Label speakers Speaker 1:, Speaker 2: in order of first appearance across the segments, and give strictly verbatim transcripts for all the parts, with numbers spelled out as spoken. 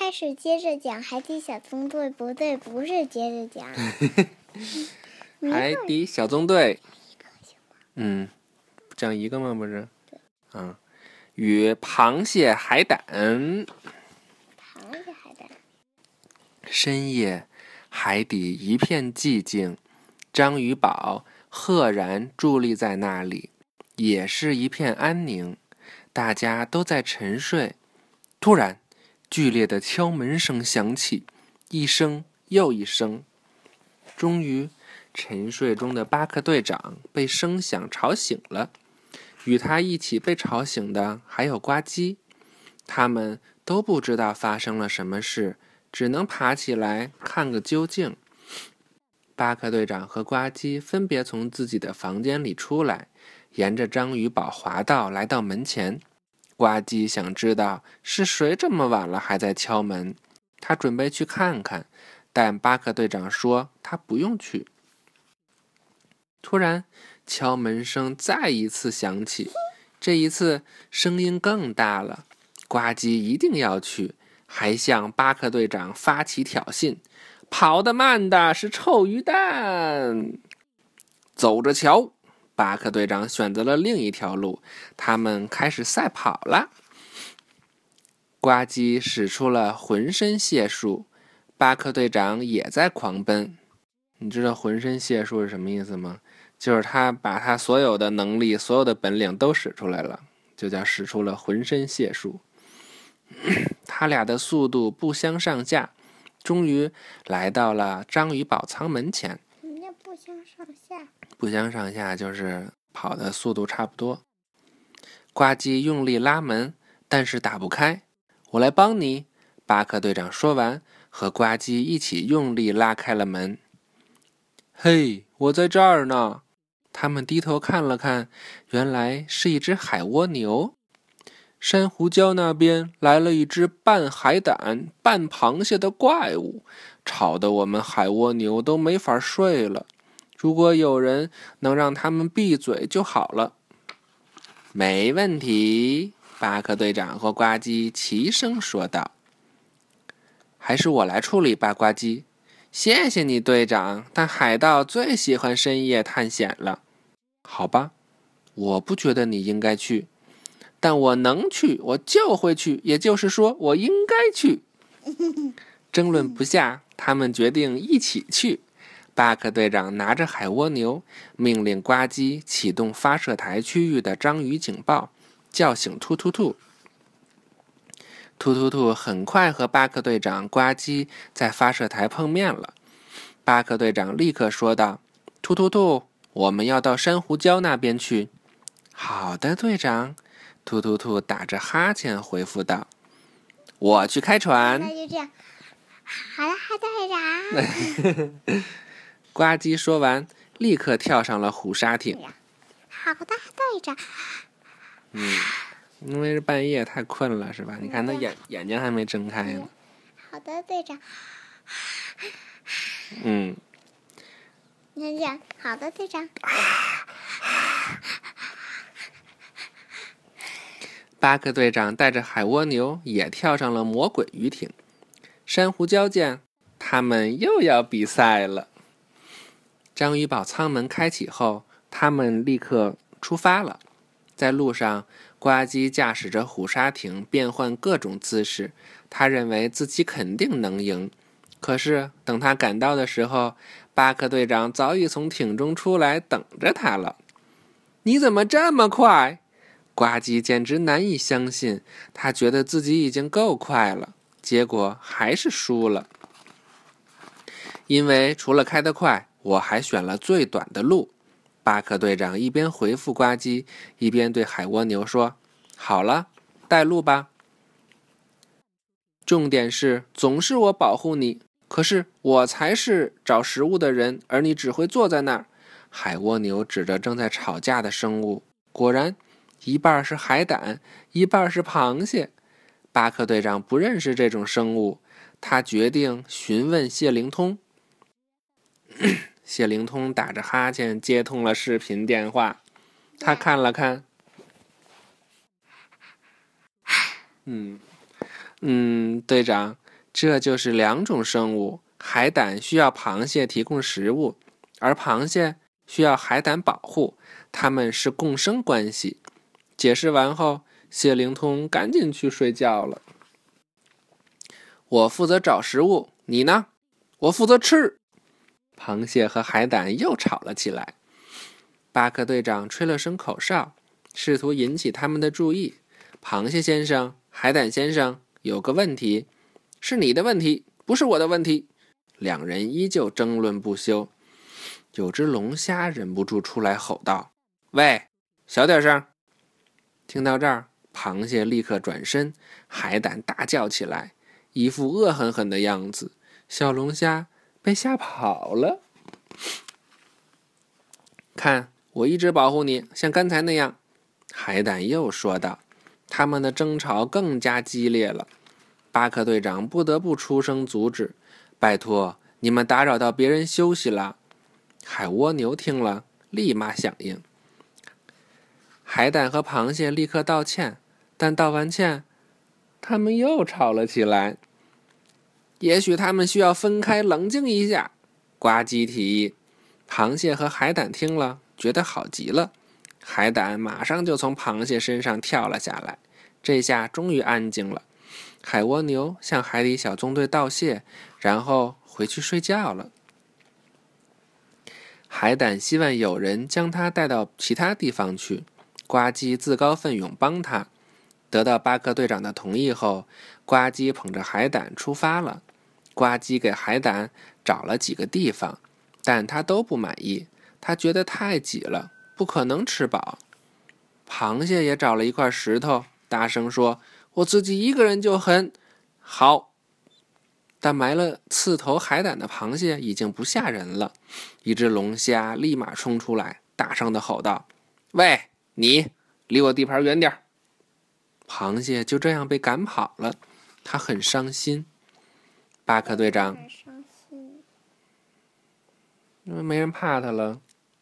Speaker 1: 开始接着讲海底小纵队，不对，不是接着讲。
Speaker 2: 海底小纵队，嗯，讲一个吗？不是？
Speaker 1: 对。
Speaker 2: 嗯，与螃蟹、海胆。
Speaker 1: 螃蟹、海胆。
Speaker 2: 深夜，海底一片寂静，章鱼堡赫然伫立在那里，也是一片安宁，大家都在沉睡。突然，剧烈的敲门声响起，一声又一声。终于，沉睡中的巴克队长被声响吵醒了，与他一起被吵醒的还有呱唧，他们都不知道发生了什么事，只能爬起来看个究竟。巴克队长和呱唧分别从自己的房间里出来，沿着章鱼堡滑道来到门前。呱唧想知道是谁这么晚了还在敲门，他准备去看看，但巴克队长说他不用去。突然，敲门声再一次响起，这一次声音更大了。呱唧一定要去，还向巴克队长发起挑衅。跑得慢的是臭鱼蛋，走着瞧。巴克队长选择了另一条路，他们开始赛跑了。呱唧使出了浑身解数，巴克队长也在狂奔。你知道浑身解数是什么意思吗？就是他把他所有的能力、所有的本领都使出来了，就叫使出了浑身解数。他俩的速度不相上下，终于来到了章鱼堡舱门前。
Speaker 1: 什么叫不相上下？
Speaker 2: 不相上下就是跑的速度差不多。呱唧用力拉门，但是打不开。我来帮你，巴克队长说完，和呱唧一起用力拉开了门。嘿，我在这儿呢！他们低头看了看，原来是一只海蜗牛。珊瑚礁那边来了一只半海胆、半螃蟹的怪物，吵得我们海蜗牛都没法睡了。如果有人能让他们闭嘴就好了。没问题，巴克队长和呱唧齐声说道。还是我来处理吧，呱唧。谢谢你，队长，但海盗最喜欢深夜探险了。好吧，我不觉得你应该去，但我能去，我就会去，也就是说，我应该去。争论不下，他们决定一起去。巴克队长拿着海蜗牛，命令呱唧启动发射台区域的章鱼警报，叫醒突突兔。突突兔很快和巴克队长、呱唧在发射台碰面了。巴克队长立刻说道：“突突兔，我们要到珊瑚礁那边去。”好的，队长。突突兔打着哈欠回复道：“我去开船。”
Speaker 1: 那就这样。好的，好的，队长。
Speaker 2: 呱唧说完，立刻跳上了虎鲨艇。
Speaker 1: 好的，队长。
Speaker 2: 嗯，因为是半夜太困了，是吧？你看他眼眼睛还没睁开呢。
Speaker 1: 好的，队长。
Speaker 2: 嗯。
Speaker 1: 那这样，好的，队长。
Speaker 2: 巴克队长带着海蜗牛也跳上了魔鬼鱼艇。珊瑚礁见，他们又要比赛了。章鱼堡舱门开启后，他们立刻出发了。在路上，呱唧驾驶着虎鲨艇变换各种姿势，他认为自己肯定能赢。可是等他赶到的时候，巴克队长早已从艇中出来等着他了。你怎么这么快？呱唧简直难以相信，他觉得自己已经够快了，结果还是输了。因为除了开得快，我还选了最短的路。巴克队长一边回复呱唧，一边对海蜗牛说：“好了，带路吧。重点是，总是我保护你，可是我才是找食物的人，而你只会坐在那儿。”海蜗牛指着正在吵架的生物，果然，一半是海胆，一半是螃蟹。巴克队长不认识这种生物，他决定询问谢灵通。谢灵通打着哈欠接通了视频电话，他看了看，嗯嗯，队长， 这就是两种生物，海胆需要螃蟹提供食物，而螃蟹需要海胆保护，它们是共生关系。解释完后，谢灵通赶紧去睡觉了。我负责找食物，你呢？我负责吃。螃蟹和海胆又吵了起来。巴克队长吹了声口哨，试图引起他们的注意。螃蟹先生，海胆先生，有个问题，是你的问题，不是我的问题。两人依旧争论不休。有只龙虾忍不住出来吼道：喂，小点声！听到这儿，螃蟹立刻转身，海胆大叫起来，一副恶狠狠的样子。小龙虾被吓跑了。看，我一直保护你，像刚才那样。海胆又说道。他们的争吵更加激烈了。巴克队长不得不出声阻止。拜托，你们打扰到别人休息了。海蜗牛听了，立马响应。海胆和螃蟹立刻道歉，但道完歉，他们又吵了起来。也许他们需要分开冷静一下，呱唧提议。螃蟹和海胆听了，觉得好极了。海胆马上就从螃蟹身上跳了下来，这下终于安静了。海蜗牛向海底小纵队道谢，然后回去睡觉了。海胆希望有人将他带到其他地方去，呱唧自告奋勇帮他。得到巴克队长的同意后，呱唧捧着海胆出发了。呱唧给海胆找了几个地方，但他都不满意，他觉得太挤了，不可能吃饱。螃蟹也找了一块石头，大声说：我自己一个人就很好。但埋了刺头海胆的螃蟹已经不吓人了。一只龙虾立马冲出来，大声地吼道：喂，你离我地盘远点！螃蟹就这样被赶跑了，他很伤心。巴克队长因为没人怕他了。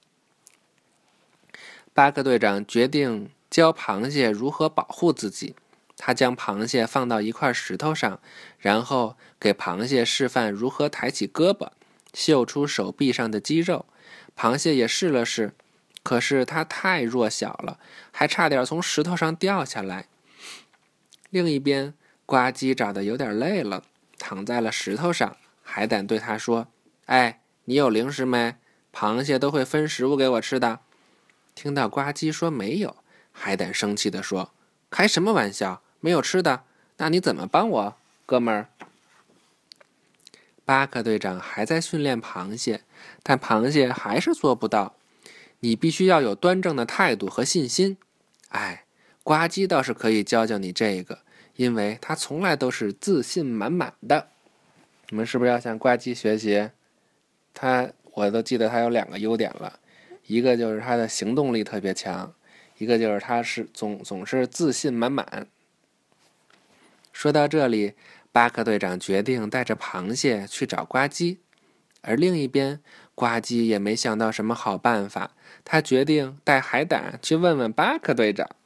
Speaker 2: 巴克队长决定教螃蟹如何保护自己。他将螃蟹放到一块石头上，然后给螃蟹示范如何抬起胳膊，秀出手臂上的肌肉。螃蟹也试了试，可是它太弱小了，还差点从石头上掉下来。另一边，呱唧找得有点累了，躺在了石头上。海胆对他说：哎，你有零食没？螃蟹都会分食物给我吃的。听到呱唧说没有，海胆生气地说：开什么玩笑，没有吃的，那你怎么帮我，哥们儿？巴克队长还在训练螃蟹，但螃蟹还是做不到。你必须要有端正的态度和信心。哎，呱唧倒是可以教教你这个，因为他从来都是自信满满的。你们是不是要向呱唧学习？他，我都记得他有两个优点了，一个就是他的行动力特别强，一个就是他是总总是自信满满。说到这里，巴克队长决定带着螃蟹去找呱唧，而另一边，呱唧也没想到什么好办法，他决定带海胆去问问巴克队长。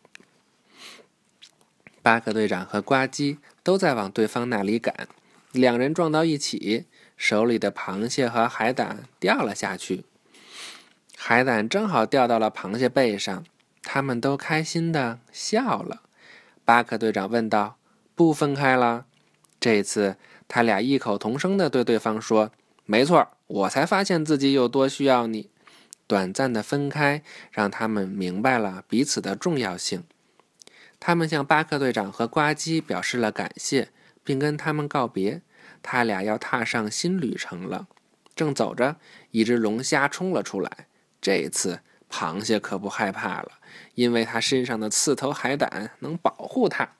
Speaker 2: 巴克队长和呱唧都在往对方那里赶，两人撞到一起，手里的螃蟹和海胆掉了下去。海胆正好掉到了螃蟹背上，他们都开心地笑了。巴克队长问道：不分开了？这次他俩异口同声地对对方说：没错，我才发现自己有多需要你。短暂的分开让他们明白了彼此的重要性。他们向巴克队长和呱唧表示了感谢，并跟他们告别。他俩要踏上新旅程了。正走着，一只龙虾冲了出来。这次螃蟹可不害怕了，因为它身上的刺头海胆能保护它。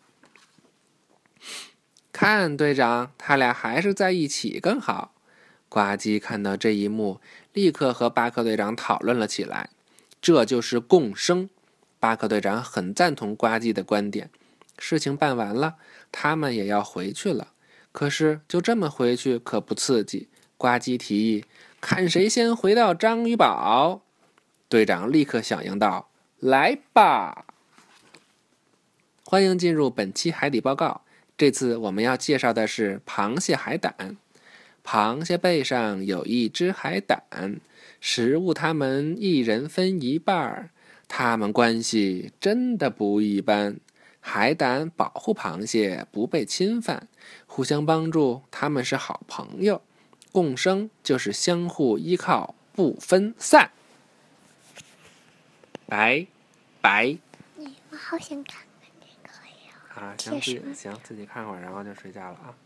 Speaker 2: 看，队长，他俩还是在一起更好。呱唧看到这一幕，立刻和巴克队长讨论了起来。这就是共生。巴克队长很赞同呱唧的观点。事情办完了，他们也要回去了。可是就这么回去可不刺激。呱唧提议，看谁先回到章鱼堡。队长立刻响应道：来吧！欢迎进入本期海底报告。 这次我们要介绍的是螃蟹海胆。螃蟹背上有一只海胆，食物它们一人分一半，它们关系真的不一般。海胆保护螃蟹不被侵犯，互相帮助，它们是好朋友。共生就是相互依靠，不分散。拜拜。
Speaker 1: 我好想看看这个呀。
Speaker 2: 啊，行，自己行自己看会儿，然后就睡觉了啊。